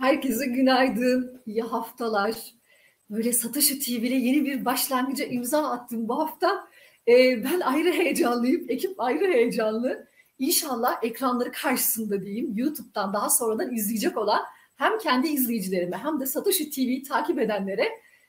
Herkese günaydın, iyi haftalar. Böyle Satoshi TV'yle yeni bir başlangıca imza attım bu hafta. Ben ayrı heyecanlıyım, ekip ayrı heyecanlı. İnşallah ekranları karşısında diyeyim, YouTube'dan daha sonradan izleyecek olan hem kendi izleyicilerime hem de Satoshi TV'yi takip edenlere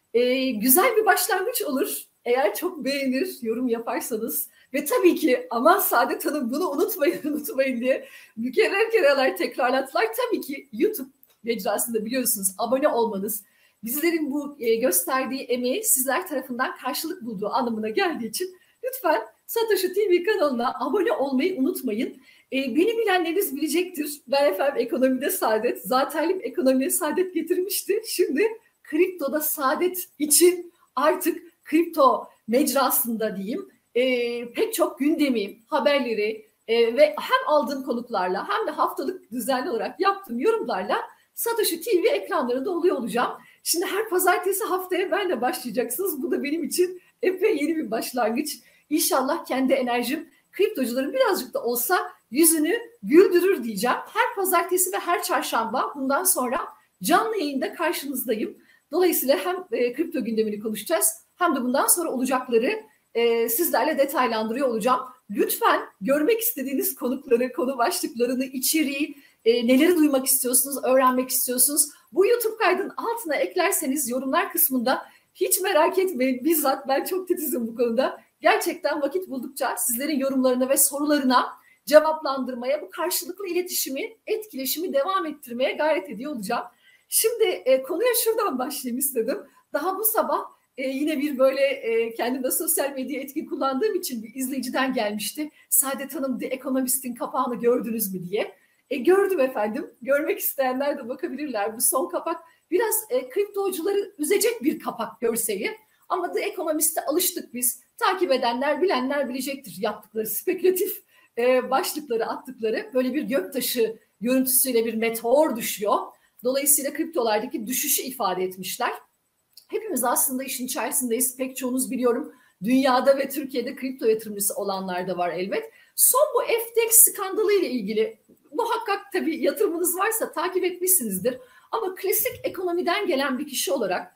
güzel bir başlangıç olur. Eğer çok beğenir, yorum yaparsanız ve tabii ki aman Saadet Hanım bunu unutmayın diye mükerrer tekrarlattılar. Tabii ki YouTube mecrasında biliyorsunuz abone olmanız bizlerin bu gösterdiği emeği sizler tarafından karşılık bulduğu anlamına geldiği için lütfen Satoshi TV kanalına abone olmayı unutmayın. Beni bilenleriniz bilecektir. Ben efendim ekonomide saadet, zaten ekonomiye saadet getirmişti. Şimdi kriptoda saadet için artık kripto mecrasında diyeyim pek çok gündemi, haberleri ve hem aldığım konuklarla hem de haftalık düzenli olarak yaptığım yorumlarla Satoshi TV ekranlarında oluyor olacağım. Şimdi her pazartesi haftaya benle başlayacaksınız. Bu da benim için epey yeni bir başlangıç. İnşallah kendi enerjim kriptocuların birazcık da olsa yüzünü güldürür diyeceğim. Her pazartesi ve her çarşamba bundan sonra canlı yayında karşınızdayım. Dolayısıyla hem kripto gündemini konuşacağız hem de bundan sonra olacakları sizlerle detaylandırıyor olacağım. Lütfen görmek istediğiniz konukları, konu başlıklarını, içeriği, neleri duymak istiyorsunuz, öğrenmek istiyorsunuz. Bu YouTube kaydının altına eklerseniz yorumlar kısmında hiç merak etmeyin. Bizzat ben çok titizim bu konuda. Gerçekten vakit buldukça sizlerin yorumlarına ve sorularına cevaplandırmaya, bu karşılıklı iletişimi, etkileşimi devam ettirmeye gayret ediyor olacağım. Şimdi konuya şuradan başlayayım istedim. Daha bu sabah yine bir böyle kendim de sosyal medya etkin kullandığım için bir izleyiciden gelmişti. Saadet Hanım The Economist'in kapağını gördünüz mü diye. Gördüm efendim. Görmek isteyenler de bakabilirler. Bu son kapak biraz kriptocuları üzecek bir kapak görseli. Ama The Economist'e alıştık biz. Takip edenler, bilenler bilecektir yaptıkları spekülatif başlıkları attıkları. Böyle bir göktaşı görüntüsüyle bir meteor düşüyor. Dolayısıyla kriptolardaki düşüşü ifade etmişler. Hepimiz aslında işin içerisindeyiz. Pek çoğunuz biliyorum dünyada ve Türkiye'de kripto yatırımcısı olanlar da var elbet. Son bu FTX skandalı ile ilgili muhakkak tabii yatırımınız varsa takip etmişsinizdir. Ama klasik ekonomiden gelen bir kişi olarak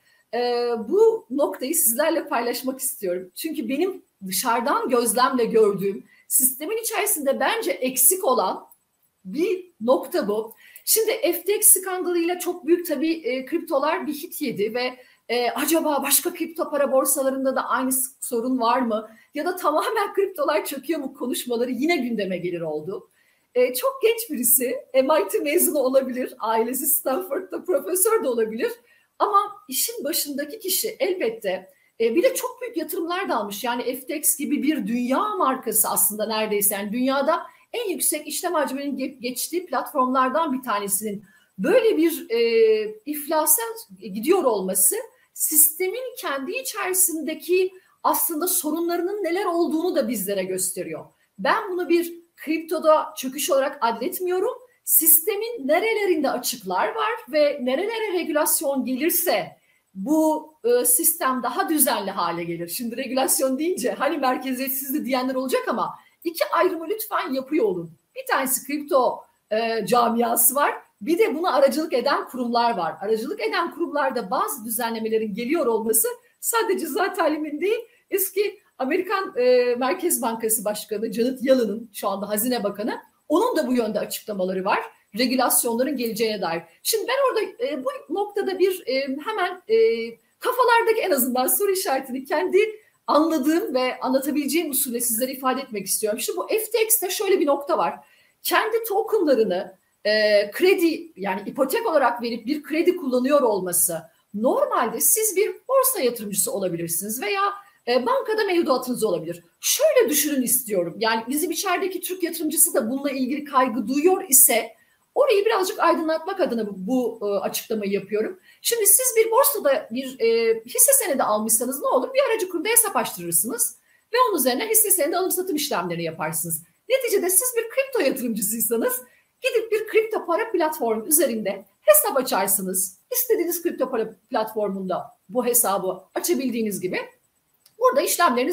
bu noktayı sizlerle paylaşmak istiyorum. Çünkü benim dışarıdan gözlemle gördüğüm sistemin içerisinde bence eksik olan bir nokta bu. Şimdi FTX skandalıyla çok büyük tabii kriptolar bir hit yedi ve acaba başka kripto para borsalarında da aynı sorun var mı? Ya da tamamen kriptolar çöküyor mu konuşmaları yine gündeme gelir oldu. Çok genç birisi, MIT mezunu olabilir, ailesi Stanford'da profesör de olabilir. Ama işin başındaki kişi elbette bir de çok büyük yatırımlar da almış. Yani FTX gibi bir dünya markası aslında neredeyse. Yani dünyada en yüksek işlem hacminin geçtiği platformlardan bir tanesinin böyle bir iflasa gidiyor olması sistemin kendi içerisindeki aslında sorunlarının neler olduğunu da bizlere gösteriyor. Ben bunu bir kriptoda çöküş olarak adletmiyorum. Sistemin nerelerinde açıklar var ve nerelere regülasyon gelirse bu sistem daha düzenli hale gelir. Şimdi regülasyon deyince hani merkeziyetsizdi diyenler olacak ama iki ayrımı lütfen yapıyor olun. Bir tanesi kripto camiası var. Bir de buna aracılık eden kurumlar var. Aracılık eden kurumlarda bazı düzenlemelerin geliyor olması sadece zat alimin değil, eski Amerikan Merkez Bankası Başkanı Janet Yellen'ın, şu anda Hazine Bakanı, onun da bu yönde açıklamaları var. Regülasyonların geleceğine dair. Şimdi ben orada bu noktada bir hemen kafalardaki en azından soru işaretini kendi anladığım ve anlatabileceğim usulü sizlere ifade etmek istiyorum. Şimdi bu FTX'te şöyle bir nokta var. Kendi tokenlarını kredi, yani ipotek olarak verip bir kredi kullanıyor olması, normalde siz bir borsa yatırımcısı olabilirsiniz veya bankada mevduatınız olabilir. Şöyle düşünün istiyorum. Yani bizim içerideki Türk yatırımcısı da bununla ilgili kaygı duyuyor ise orayı birazcık aydınlatmak adına bu açıklamayı yapıyorum. Şimdi siz bir borsada bir hisse senedi almışsanız ne olur? Bir aracı kurumda hesap açtırırsınız ve onun üzerine hisse senedi alım satım işlemleri yaparsınız. Neticede siz bir kripto yatırımcısıysanız gidip bir kripto para platformu üzerinde hesap açarsınız. İstediğiniz kripto para platformunda bu hesabı açabildiğiniz gibi burada işlemleriniz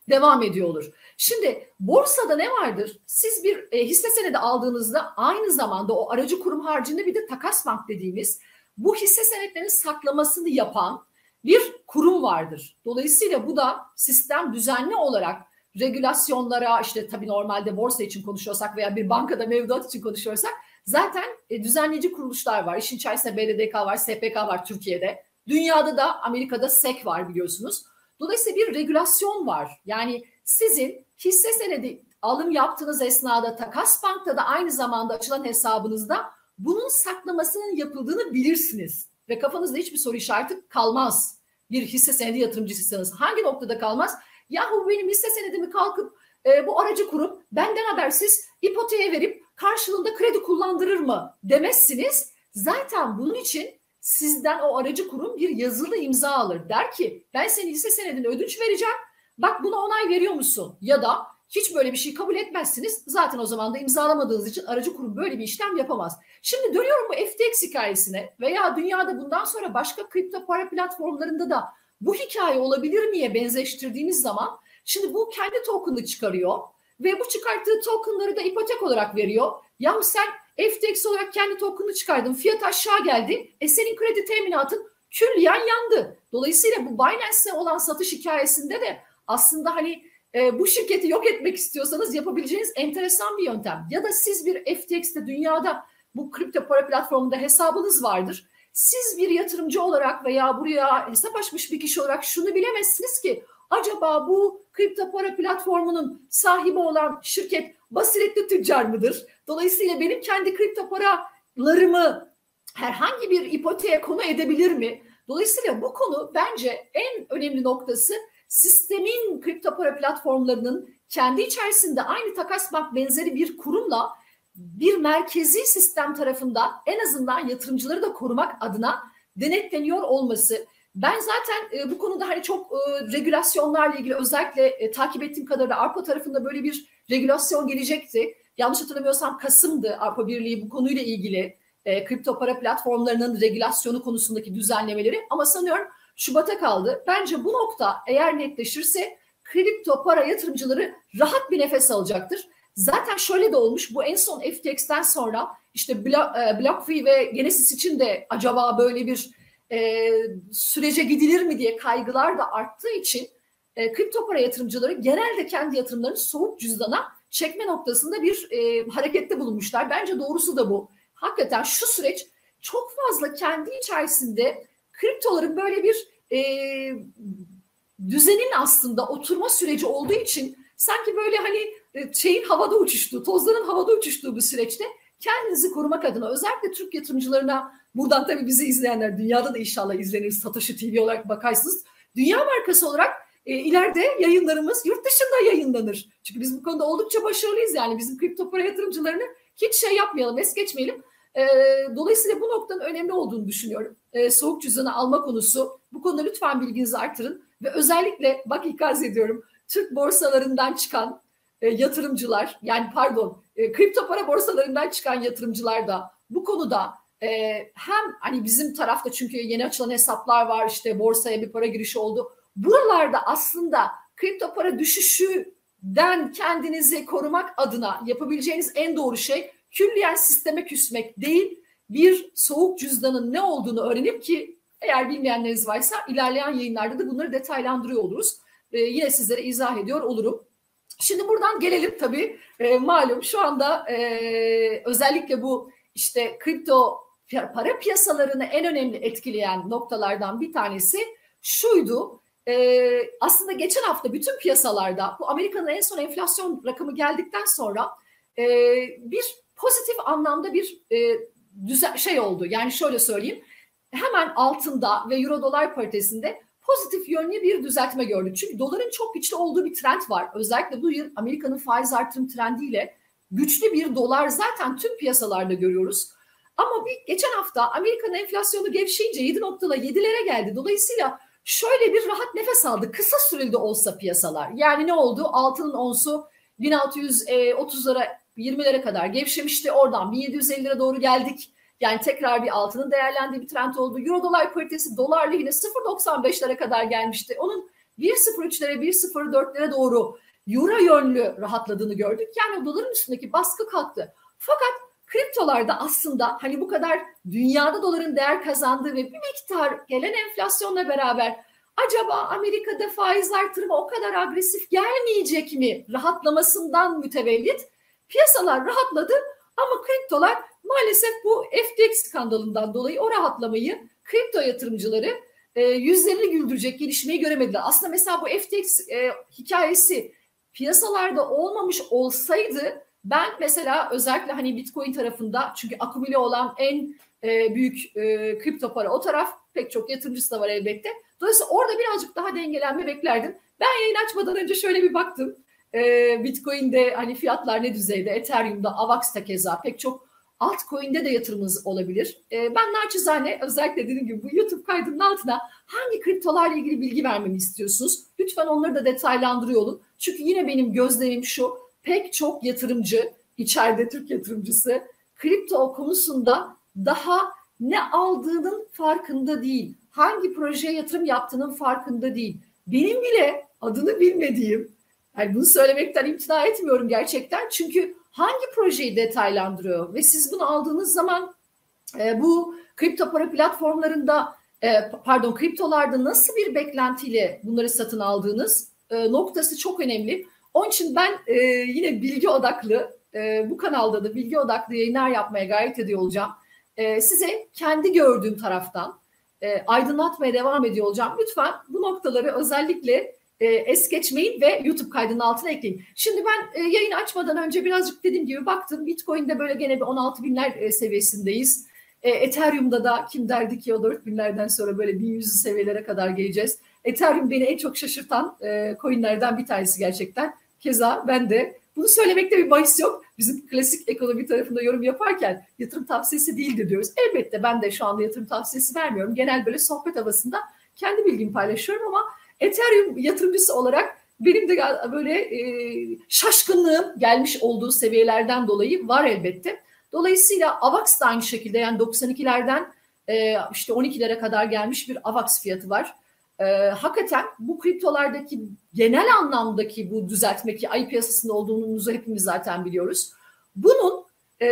devam ediyor olur. Şimdi borsada ne vardır? Siz bir hisse senedi aldığınızda aynı zamanda o aracı kurum haricinde bir de takas bank dediğimiz bu hisse senetlerinin saklamasını yapan bir kurum vardır. Dolayısıyla bu da sistem düzenli olarak regülasyonlara, işte tabii normalde borsa için konuşuyorsak veya bir bankada mevduat için konuşuyorsak zaten düzenleyici kuruluşlar var. İşin içerisinde BDDK var, SPK var Türkiye'de. Dünyada da Amerika'da SEC var biliyorsunuz. Dolayısıyla bir regülasyon var. Yani sizin hisse senedi alım yaptığınız esnada takas bankta da aynı zamanda açılan hesabınızda bunun saklamasının yapıldığını bilirsiniz. Ve kafanızda hiçbir soru işareti kalmaz. Bir hisse senedi yatırımcısıysanız. Hangi noktada kalmaz? Yahu benim hisse senedimi kalkıp bu aracı kurum benden habersiz ipoteğe verip karşılığında kredi kullandırır mı demezsiniz. Zaten bunun için sizden o aracı kurum bir yazılı imza alır. Der ki ben senin hisse senedine ödünç vereceğim. Bak buna onay veriyor musun? Ya da hiç böyle bir şey kabul etmezsiniz. Zaten o zaman da imzalamadığınız için aracı kurum böyle bir işlem yapamaz. Şimdi dönüyorum bu FTX hikayesine veya dünyada bundan sonra başka kripto para platformlarında da bu hikaye olabilir miye benzeştirdiğimiz zaman şimdi bu kendi token'ını çıkarıyor ve bu çıkarttığı token'ları da ipotek olarak veriyor. Ya sen FTX olarak kendi token'ını çıkardın, fiyat aşağı geldi, senin kredi teminatın külliyen yandı. Dolayısıyla bu Binance'e olan satış hikayesinde de aslında hani bu şirketi yok etmek istiyorsanız yapabileceğiniz enteresan bir yöntem. Ya da siz bir FTX'te dünyada bu kripto para platformunda hesabınız vardır. Siz bir yatırımcı olarak veya buraya hesap açmış bir kişi olarak şunu bilemezsiniz ki acaba bu kripto para platformunun sahibi olan şirket basiretli tüccar mıdır? Dolayısıyla benim kendi kripto paralarımı herhangi bir ipoteğe konu edebilir mi? Dolayısıyla bu konu bence en önemli noktası sistemin kripto para platformlarının kendi içerisinde aynı takas bank benzeri bir kurumla bir merkezi sistem tarafından en azından yatırımcıları da korumak adına denetleniyor olması. Ben zaten bu konuda hani çok regülasyonlarla ilgili özellikle takip ettiğim kadarıyla Avrupa tarafında böyle bir regülasyon gelecekti. Yanlış hatırlamıyorsam Kasım'dı Avrupa Birliği bu konuyla ilgili kripto para platformlarının regülasyonu konusundaki düzenlemeleri ama sanıyorum Şubat'a kaldı. Bence bu nokta eğer netleşirse kripto para yatırımcıları rahat bir nefes alacaktır. Zaten şöyle de olmuş bu en son FTX'ten sonra işte BlockFi ve Genesis için de acaba böyle bir sürece gidilir mi diye kaygılar da arttığı için kripto para yatırımcıları genelde kendi yatırımlarını soğuk cüzdana çekme noktasında bir harekette bulunmuşlar. Bence doğrusu da bu. Hakikaten şu süreç çok fazla kendi içerisinde kriptoların böyle bir düzenin aslında oturma süreci olduğu için sanki böyle hani şeyin havada uçuştuğu, tozların havada uçuştuğu bu süreçte kendinizi korumak adına özellikle Türk yatırımcılarına buradan tabii bizi izleyenler dünyada da inşallah izlenir Satoshi TV olarak bakarsınız. Dünya markası olarak ileride yayınlarımız yurt dışında yayınlanır. Çünkü biz bu konuda oldukça başarılıyız yani bizim kripto para yatırımcılarını hiç şey yapmayalım, es geçmeyelim. Dolayısıyla bu noktanın önemli olduğunu düşünüyorum. Soğuk cüzdanı alma konusu. Bu konuda lütfen bilginizi artırın. Ve özellikle bak ikaz ediyorum Türk borsalarından çıkan yatırımcılar yani pardon kripto para borsalarından çıkan yatırımcılar da bu konuda hem hani bizim tarafta çünkü yeni açılan hesaplar var işte borsaya bir para girişi oldu. Buralarda aslında kripto para düşüşünden kendinizi korumak adına yapabileceğiniz en doğru şey külliyen sisteme küsmek değil bir soğuk cüzdanın ne olduğunu öğrenip ki eğer bilmeyenleriniz varsa ilerleyen yayınlarda da bunları detaylandırıyor oluruz. Yine sizlere izah ediyor olurum. Şimdi buradan gelelim tabii malum şu anda özellikle bu işte kripto para piyasalarını en önemli etkileyen noktalardan bir tanesi şuydu. Aslında geçen hafta bütün piyasalarda bu Amerika'nın en son enflasyon rakamı geldikten sonra bir pozitif anlamda bir şey oldu. Yani şöyle söyleyeyim hemen altında ve euro dolar paritesinde pozitif yönlü bir düzeltme gördük. Çünkü doların çok güçlü olduğu bir trend var. Özellikle bu yıl Amerika'nın faiz artırım trendiyle güçlü bir dolar zaten tüm piyasalarda görüyoruz. Ama geçen hafta Amerika'nın enflasyonu gevşeyince 7.7'lere geldi. Dolayısıyla şöyle bir rahat nefes aldı. Kısa süreli de olsa piyasalar. Yani ne oldu? Altının onsu 1630'lara 20'lere kadar gevşemişti. Oradan 1750'lere doğru geldik. Yani tekrar bir altının değerlendiği bir trend oldu. Euro dolar paritesi dolar lehine 0.95'lere kadar gelmişti. Onun 1.03'lere 1.04'lere doğru euro yönlü rahatladığını gördük. Yani doların üstündeki baskı kalktı. Fakat kriptolarda aslında hani bu kadar dünyada doların değer kazandığı ve bir miktar gelen enflasyonla beraber acaba Amerika'da faiz artırımı o kadar agresif gelmeyecek mi rahatlamasından mütevellit piyasalar rahatladı ama kriptolar maalesef bu FTX skandalından dolayı o rahatlamayı kripto yatırımcıları yüzlerini güldürecek gelişmeyi göremediler. Aslında mesela bu FTX hikayesi piyasalarda olmamış olsaydı ben mesela özellikle hani Bitcoin tarafında çünkü akumüle olan en büyük kripto para o taraf pek çok yatırımcısı da var elbette. Dolayısıyla orada birazcık daha dengelenme beklerdim. Ben yayın açmadan önce şöyle bir baktım. Bitcoin'de hani fiyatlar ne düzeyde? Ethereum'da, Avax'ta keza pek çok altcoin'de de yatırımınız olabilir. Ben naçizane özellikle dediğim gibi bu YouTube kaydının altına hangi kriptolarla ilgili bilgi vermemi istiyorsunuz? Lütfen onları da detaylandırıyor olun. Çünkü yine benim gözlemim şu, pek çok yatırımcı, içeride Türk yatırımcısı kripto konusunda daha ne aldığının farkında değil. Hangi projeye yatırım yaptığının farkında değil. Benim bile adını bilmediğim, yani bunu söylemekten imtina etmiyorum gerçekten. Çünkü hangi projeyi detaylandırıyor ve siz bunu aldığınız zaman bu kripto para platformlarında kriptolarda nasıl bir beklentiyle bunları satın aldığınız noktası çok önemli. Onun için ben yine bilgi odaklı bu kanalda da bilgi odaklı yayınlar yapmaya gayret ediyor olacağım. Size kendi gördüğüm taraftan aydınlatmaya devam ediyor olacağım. Lütfen bu noktaları özellikle es geçmeyin ve YouTube kaydının altına ekleyin. Şimdi ben yayını açmadan önce birazcık dediğim gibi baktım. Bitcoin'de böyle gene bir 16 binler seviyesindeyiz. Ethereum'da da kim derdi ki o 4 binlerden sonra böyle 1100 seviyelere kadar geleceğiz. Ethereum beni en çok şaşırtan coinlerden bir tanesi gerçekten. Keza ben de bunu söylemekte bir bahis yok. Bizim klasik ekonomi tarafında yorum yaparken yatırım tavsiyesi değildir diyoruz. Elbette ben de şu anda yatırım tavsiyesi vermiyorum. Genel böyle sohbet havasında kendi bilgimi paylaşıyorum ama Ethereum yatırımcısı olarak benim de böyle şaşkınlığım gelmiş olduğu seviyelerden dolayı var elbette. Dolayısıyla Avax da aynı şekilde yani 92'lerden işte 12'lere kadar gelmiş bir Avax fiyatı var. Hakikaten bu kriptolardaki genel anlamdaki bu düzeltme ki ayı piyasasında olduğumuzu hepimiz zaten biliyoruz. Bunun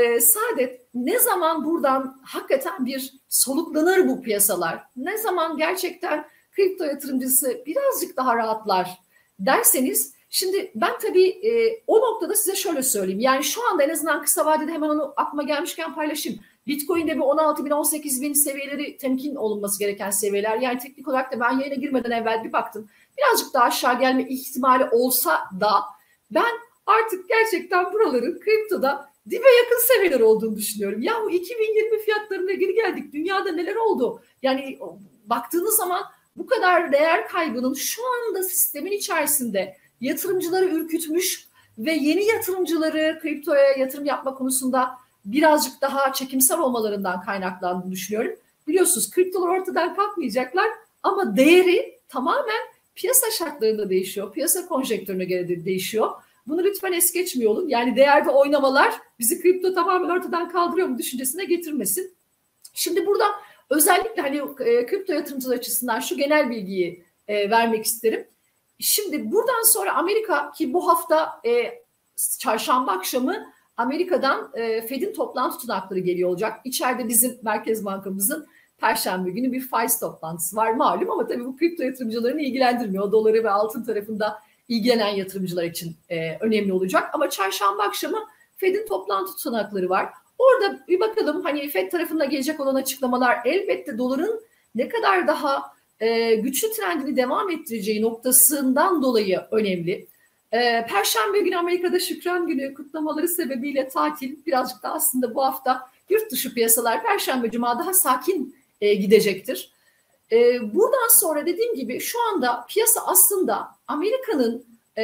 Saadet ne zaman buradan hakikaten bir soluklanır bu piyasalar? Ne zaman gerçekten kripto yatırımcısı birazcık daha rahatlar derseniz şimdi ben tabii o noktada size şöyle söyleyeyim. Yani şu anda en azından kısa vadede hemen onu aklıma gelmişken paylaşayım. Bitcoin'de bir 16 bin 18 bin seviyeleri temkin olunması gereken seviyeler. Yani teknik olarak da ben yayına girmeden evvel bir baktım. Birazcık daha aşağı gelme ihtimali olsa da ben artık gerçekten buraların kriptoda dibe yakın seviyeler olduğunu düşünüyorum. Ya bu 2020 fiyatlarına geri geldik. Dünyada neler oldu? Yani baktığınız zaman bu kadar değer kaybının şu anda sistemin içerisinde yatırımcıları ürkütmüş ve yeni yatırımcıları kriptoya yatırım yapma konusunda birazcık daha çekimsel olmalarından kaynaklandığını düşünüyorum. Biliyorsunuz kriptolar ortadan kalkmayacaklar ama değeri tamamen piyasa şartlarında değişiyor. Piyasa konjektürüne göre de değişiyor. Bunu lütfen es geçmiyor olun. Yani değerde oynamalar bizi kripto tamamen ortadan kaldırıyor mu düşüncesine getirmesin. Şimdi burada özellikle hani kripto yatırımcılar açısından şu genel bilgiyi vermek isterim. Şimdi buradan sonra Amerika ki bu hafta çarşamba akşamı Amerika'dan Fed'in toplantı tutanakları geliyor olacak. İçeride bizim Merkez Bankamızın Perşembe günü bir faiz toplantısı var malum ama tabii bu kripto yatırımcılarını ilgilendirmiyor. Doları ve altın tarafında ilgilenen yatırımcılar için önemli olacak. Ama çarşamba akşamı Fed'in toplantı tutanakları var. Orada bir bakalım hani Fed tarafında gelecek olan açıklamalar elbette doların ne kadar daha güçlü trendini devam ettireceği noktasından dolayı önemli. Perşembe günü Amerika'da Şükran Günü kutlamaları sebebiyle tatil. Birazcık da aslında bu hafta yurt dışı piyasalar Perşembe Cuma daha sakin gidecektir. Buradan sonra dediğim gibi şu anda piyasa aslında Amerika'nın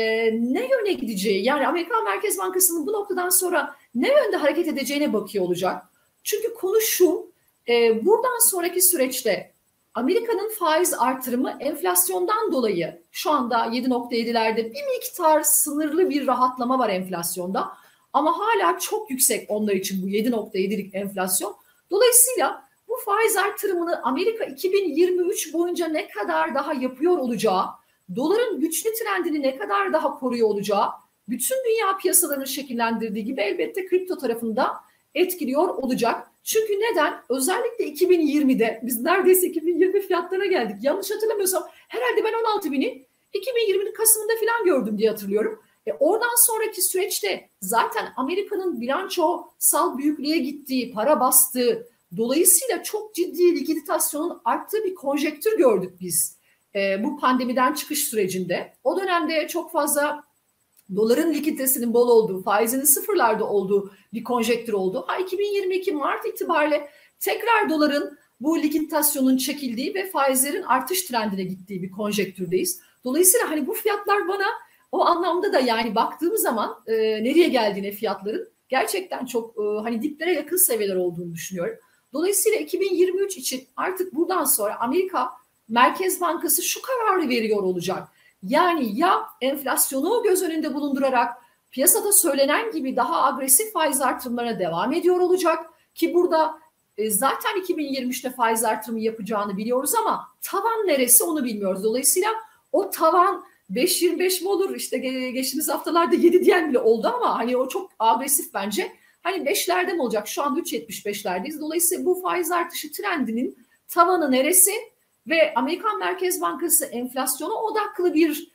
ne yöne gideceği yani Amerikan Merkez Bankası'nın bu noktadan sonra ne yönde hareket edeceğine bakıyor olacak. Çünkü konu şu buradan sonraki süreçte Amerika'nın faiz artırımı enflasyondan dolayı şu anda 7.7'lerde bir miktar sınırlı bir rahatlama var enflasyonda. Ama hala çok yüksek onlar için bu 7.7'lik enflasyon. Dolayısıyla bu faiz artırımını Amerika 2023 boyunca ne kadar daha yapıyor olacağı doların güçlü trendini ne kadar daha koruyor olacağı, bütün dünya piyasalarını şekillendirdiği gibi elbette kripto tarafında etkiliyor olacak. Çünkü neden? Özellikle 2020'de biz neredeyse 2020 fiyatlarına geldik. Yanlış hatırlamıyorsam herhalde ben 16 bini 2020'nin Kasım'ında falan gördüm diye hatırlıyorum. Oradan sonraki süreçte zaten Amerika'nın bilançosal büyüklüğe gittiği, para bastığı, dolayısıyla çok ciddi likiditasyonun arttığı bir konjektür gördük biz bu pandemiden çıkış sürecinde. O dönemde çok fazla doların likiditesinin bol olduğu, faizinin sıfırlarda olduğu bir konjektür oldu. 2022 Mart itibariyle tekrar doların bu likiditasyonun çekildiği ve faizlerin artış trendine gittiği bir konjektürdeyiz. Dolayısıyla hani bu fiyatlar bana o anlamda da yani baktığımız zaman nereye geldiğine fiyatların gerçekten çok hani diplere yakın seviyeler olduğunu düşünüyorum. Dolayısıyla 2023 için artık buradan sonra Amerika Merkez Bankası şu kararı veriyor olacak. Yani ya enflasyonu göz önünde bulundurarak piyasada söylenen gibi daha agresif faiz artırımlarına devam ediyor olacak ki burada zaten 2023'te faiz artırımı yapacağını biliyoruz ama tavan neresi onu bilmiyoruz. Dolayısıyla o tavan 5.25 mi olur? İşte geçtiğimiz haftalarda 7 diyen bile oldu ama hani o çok agresif bence. Hani 5'lerde mi olacak? Şu anda 3.75'lerdeyiz. Dolayısıyla bu faiz artışı trendinin tavanı neresi? Ve Amerikan Merkez Bankası enflasyona odaklı bir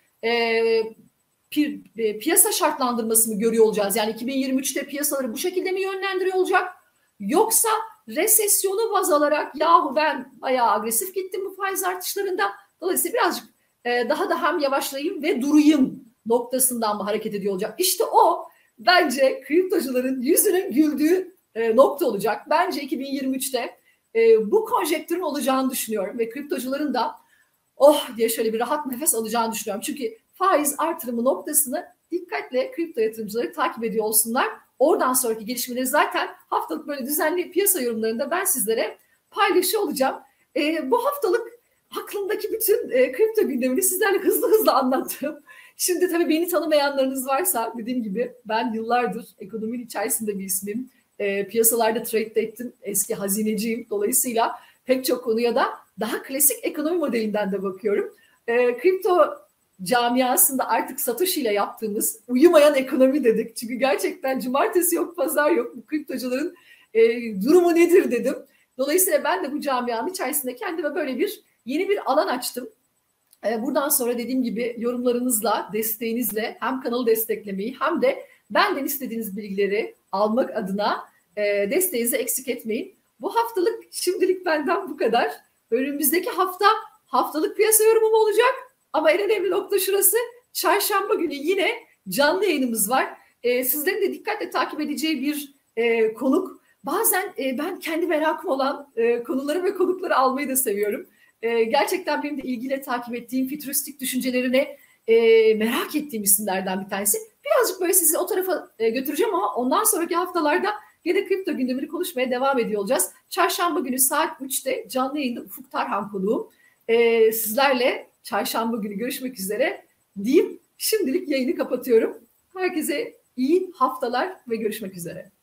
piyasa şartlandırması mı görüyor olacağız? Yani 2023'te piyasaları bu şekilde mi yönlendiriyor olacak? Yoksa resesyonu baz alarak yahu ben bayağı agresif gittim bu faiz artışlarında. Dolayısıyla birazcık daha da hem yavaşlayayım ve durayım noktasından mı hareket ediyor olacak? İşte o bence kriptocuların yüzünün güldüğü nokta olacak. Bence 2023'te bu konjektürün olacağını düşünüyorum ve kriptocuların da oh diye şöyle bir rahat nefes alacağını düşünüyorum. Çünkü faiz artırımı noktasını dikkatle kripto yatırımcıları takip ediyor olsunlar. Oradan sonraki gelişmeleri zaten haftalık böyle düzenli piyasa yorumlarında ben sizlere paylaşıyor olacağım. Bu haftalık aklımdaki bütün kripto gündemini sizlerle hızlı hızlı anlattım. Şimdi tabii beni tanımayanlarınız varsa dediğim gibi ben yıllardır ekonominin içerisinde bir ismim. Piyasalarda trade ettim. Eski hazineciyim. Dolayısıyla pek çok konuya da daha klasik ekonomi modelinden de bakıyorum. Kripto camiasında artık Satoshi ile yaptığımız uyumayan ekonomi dedik. Çünkü gerçekten cumartesi yok, pazar yok. Bu kriptocuların durumu nedir dedim. Dolayısıyla ben de bu camianın içerisinde kendime böyle bir yeni bir alan açtım. Buradan sonra dediğim gibi yorumlarınızla, desteğinizle hem kanalı desteklemeyi hem de benden istediğiniz bilgileri almak adına desteğinizi eksik etmeyin. Bu haftalık şimdilik benden bu kadar. Önümüzdeki hafta haftalık piyasa yorumum olacak. Ama en önemli nokta şurası. Çarşamba günü yine canlı yayınımız var. Sizlerin de dikkatle takip edeceği bir konuk. Bazen ben kendi merakım olan konuları ve konukları almayı da seviyorum. Gerçekten benim de ilgiyle takip ettiğim fütüristik düşüncelerine merak ettiğim isimlerden bir tanesi. Birazcık böyle sizi o tarafa götüreceğim ama ondan sonraki haftalarda yine kripto gündemini konuşmaya devam ediyor olacağız. Çarşamba günü saat 3'te canlı yayında Ufuk Tarhan konuğum. Sizlerle çarşamba günü görüşmek üzere deyip şimdilik yayını kapatıyorum. Herkese iyi haftalar ve görüşmek üzere.